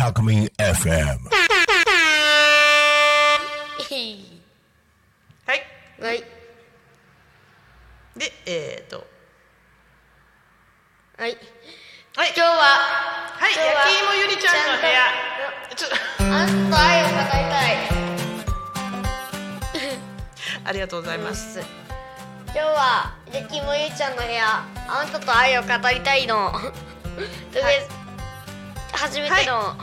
タクミン FM。 はいはい。 ではい。 はい、 今日ははい、焼き芋ゆりちゃんの部屋。ちょっとあんたと愛を語りたい。 ありがとうございます。 今日は焼き芋ゆりちゃんの部屋、あんたと愛を語りたいの。とりあえず初めての。 はい、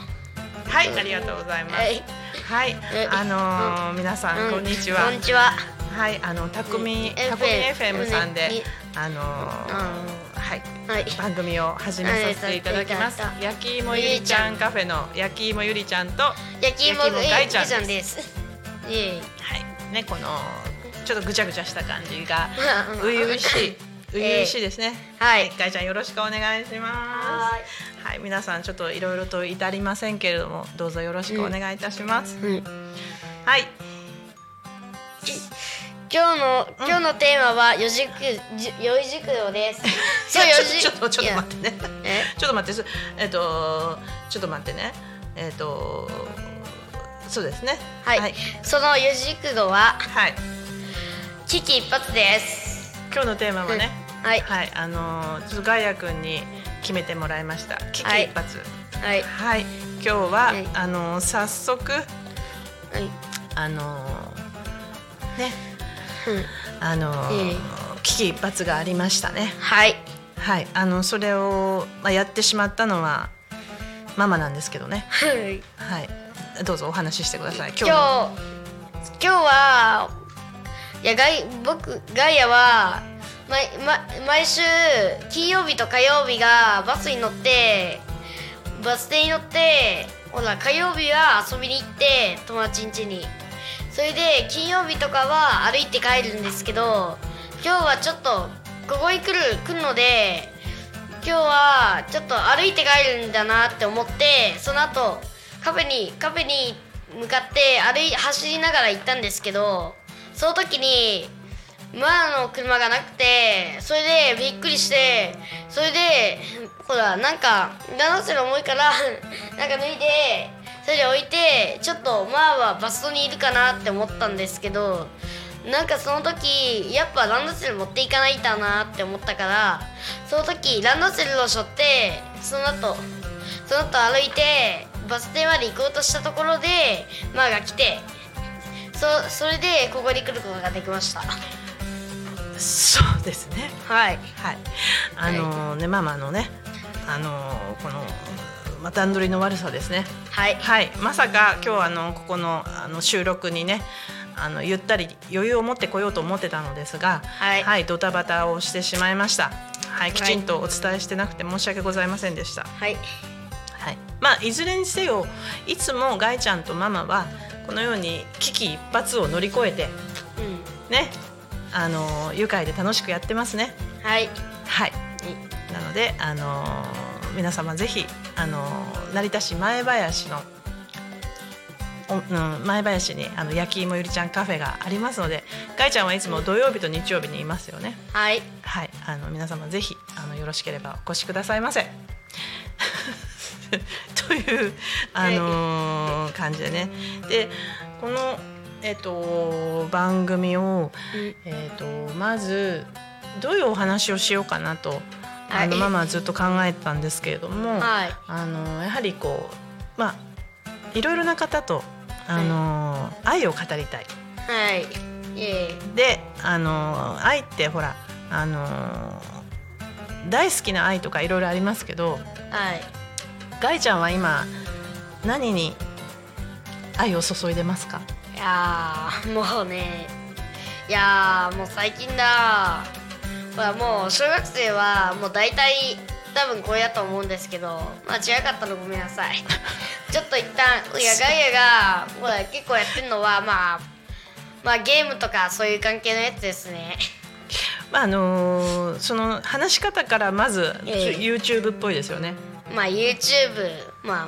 ありがとうございます。はい、皆さんこんにちは。 こんにちは。 はい、たくみ FM さんで番組を始めさせていただきます。焼き芋ゆりちゃんカフェの焼き芋ゆりちゃんと焼き芋がいちゃんです。 はい、ね、このちょっとぐちゃぐちゃした感じが初々しいですね。はい、がいちゃんよろしくお願いします。はい、皆さんちょっといろいろと至りませんけれども、どうぞよろしくお願いいたします。はい。 今日のテーマは四字熟語です。 そう、ちょっと待ってね。ちょっと待ってね。そうですね。 はい。その四字熟語は危機一髪です。 今日のテーマはね。 はい。 ちょっとガイア君に決めてもらいました。危機一髪。はい。はい。今日は早速ね。危機一髪がありましたね。はい、はい、それを、やってしまったのはママなんですけどね。はい、どうぞお話ししてください。今日はいやガイアは毎週金曜日と火曜日がバス停に乗ってほら火曜日は遊びに行って友達ん家に。それで金曜日とかは歩いて帰るんですけど、今日はちょっとここに来るので、今日はちょっと歩いて帰るんだなって思って、その後カフェに向かって走りながら行ったんですけど、その時に前の車がなくて、それでびっくりして、それでほらなんかランドセル重いからなんか脱いでそれで置いて、ちょっとはバストにいるかなって思ったんですけど、なんかその時やっぱランドセル持っていかないとなって思ったから、その時ランドセルを背負ってその後歩いてバス停まで行こうとしたところでが来て、それでここに来ることができました。 そうですね。はいはい。ママのねこの段取りの悪さですね。はい、はい、まさか今日ここの収録にねゆったり余裕を持ってこようと思ってたのですが、はい、ドタバタをしてしまいました。はい、きちんとお伝えしてなくて申し訳ございませんでした。はい、はい、いずれにせよいつもガイちゃんとママはこのように危機一髪を乗り越えて、ね、愉快で楽しくやってますね。はい、はい、なので皆様ぜひ成田市前林に焼き芋ゆりちゃんカフェがありますので、ガイちゃんはいつも土曜日と日曜日にいますよね。はい、はい、皆様ぜひよろしければお越しくださいませという感じでね。でこの番組をまずどういうお話をしようかなとママはずっと考えてたんですけれども、やはりこういろいろな方と愛を語りたい。はい。で愛ってほら大好きな愛とかいろいろありますけど、ガイちゃんは今何に愛を注いでますか？ いやもうね、もう最近だ。もう小学生はもう大体多分これだと思うんですけど、違かったらごめんなさいちょっと一旦ガイアが結構やってるのはゲームとかそういう関係のやつですね。 その話し方からまず、YouTube っぽいですよね。 YouTube はい、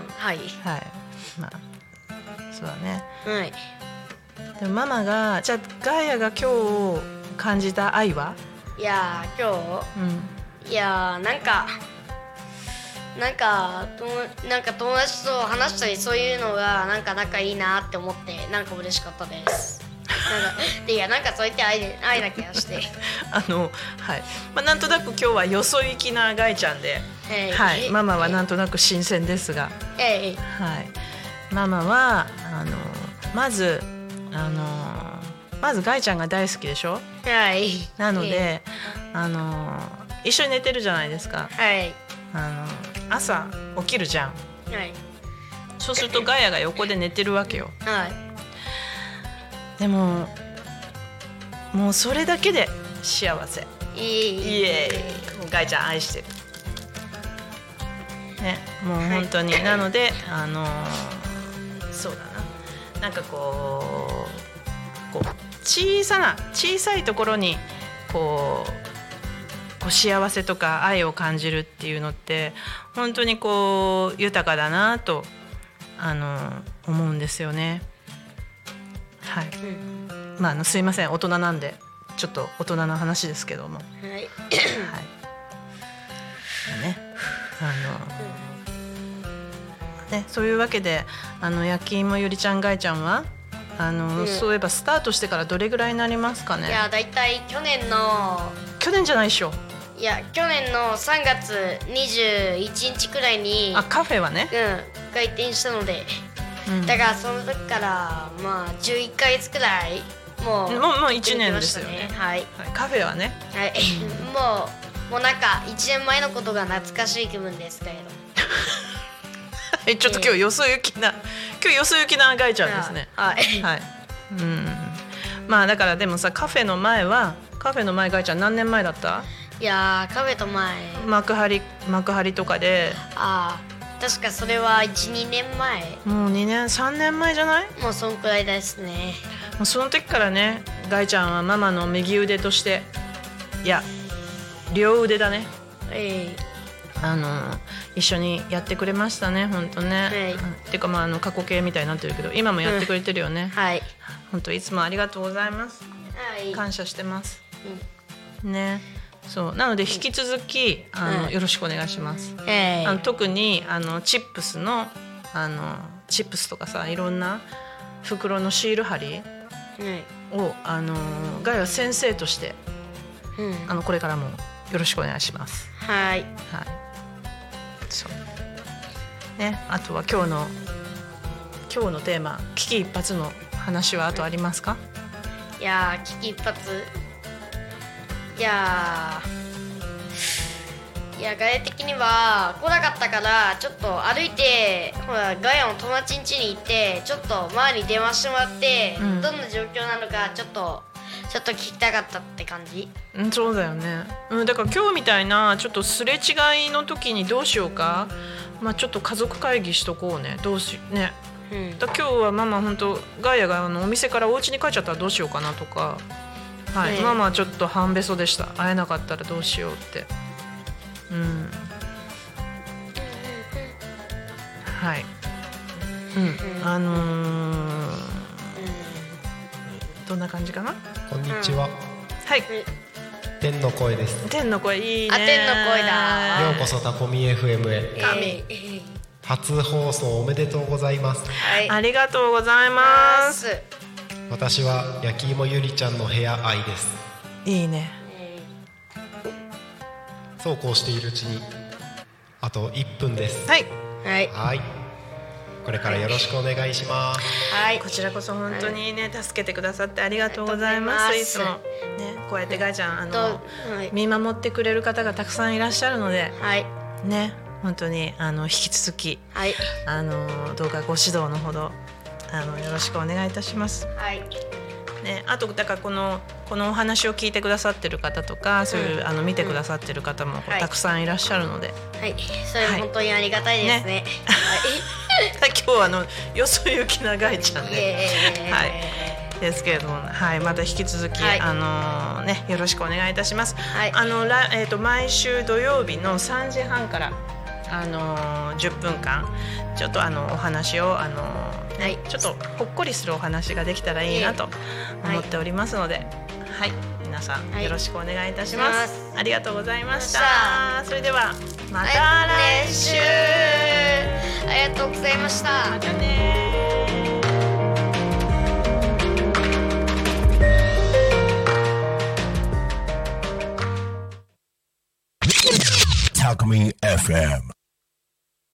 そうだね。はい。でもママがじゃあガイアが今日感じた愛は？ 今日、なんかなんか友達と話したりそういうのがなんか仲いいなって思ってなんか嬉しかったです。なんかそう言って愛な気がしてはい、なんとなく今日はよそ行きなガイちゃんで、はい、ママはなんとなく新鮮ですが、はい、ママはまずガイちゃんが大好きでしょ。 はい。 なので、一緒に寝てるじゃないですか。 はい。 朝起きるじゃん。 はい。 そうするとガヤが横で寝てるわけよ。 はい。 でももうそれだけで幸せ。イエーイ。ガイちゃん愛してる。ね、もう本当に、はい、なのでそうだな。なんかこう小さいところにこう幸せとか愛を感じるっていうのって本当にこう豊かだなと思うんですよね。はい、すいません、大人なんでちょっと大人の話ですけども、はい、はい、ね、そういうわけで焼き芋ゆりちゃんガイちゃんはそういえばスタートしてからどれぐらいになりますかね。 いやだいたい去年じゃないでしょ。 いや去年の3月21日くらいにカフェはね、 開店したので、だからその時から11ヶ月くらいもう 1年ですよね。はい、カフェはね、 はい、もうなんか1年前のことが懐かしい気分ですけれどちょっと今日よそ行きなガイちゃんですね。はい、はい、だからでもさ、カフェの前ガイちゃん何年前だった？ いやカフェと前幕張とかで、 確かそれは 1,2 年前。 もう2年3年前じゃない？ もうそんくらいですね。 もうその時からね、ガイちゃんはママの右腕として、いや両腕だね、一緒にやってくれましたね、本当ね。っていうか過去形みたいになってるけど今もやってくれてるよね。はい、本当いつもありがとうございます。感謝してます。ね。そうなので引き続きよろしくお願いします。特にチップスとかさ、いろんな袋のシール貼りをガイは先生として、これからもよろしくお願いします。はい、はい、そうね。あとは今日のテーマ、危機一髪の話はあとありますか？ いや危機一髪、いやガヤ的には来なかったから、ちょっと歩いてガヤの友達ん家に行ってちょっと周りに電話してもらって、どんな状況なのかちょっと聞きたかったって感じ。 そうだよね。だから今日みたいなちょっとすれ違いの時にどうしようか、ちょっと家族会議しとこうね。だ今日はママ本当ガヤがお店からお家に帰っちゃったらどうしようかなとか、はい、ママはちょっと半べそでした。会えなかったらどうしようって。はい。どんな感じかな。 こんにちは。 はい。 天の声です。 天の声いいね。 天の声だ。 ようこそタコミ FM へ。初放送おめでとうございます。 ありがとうございます。 私は焼き芋ゆりちゃんの部屋愛です。 いいね。 そうこうしているうちにあと1分です。 はい。 はい。これからよろしくお願いします。 はい。こちらこそ本当にね、助けてくださってありがとうございます。いつもね、こうやってガイちゃん見守ってくれる方がたくさんいらっしゃるので、ね、本当に引き続き、どうかご指導のほどよろしくお願いいたします。はい。ね、あとだからこのお話を聞いてくださってる方とか、そういう見てくださってる方もたくさんいらっしゃるので、 はい、それも本当にありがたいですね。 今日はよそ行きなガイちゃんで、はい、ですけれども、はい、また引き続き、ね、よろしくお願いいたします。毎週土曜日の3時半から10分間ちょっとお話をちょっとほっこりするお話ができたらいいなと思っておりますので、はい、皆さんよろしくお願いいたします。ありがとうございました。それではまた来週。 ありがとうございました。 またね。 Talk Me FM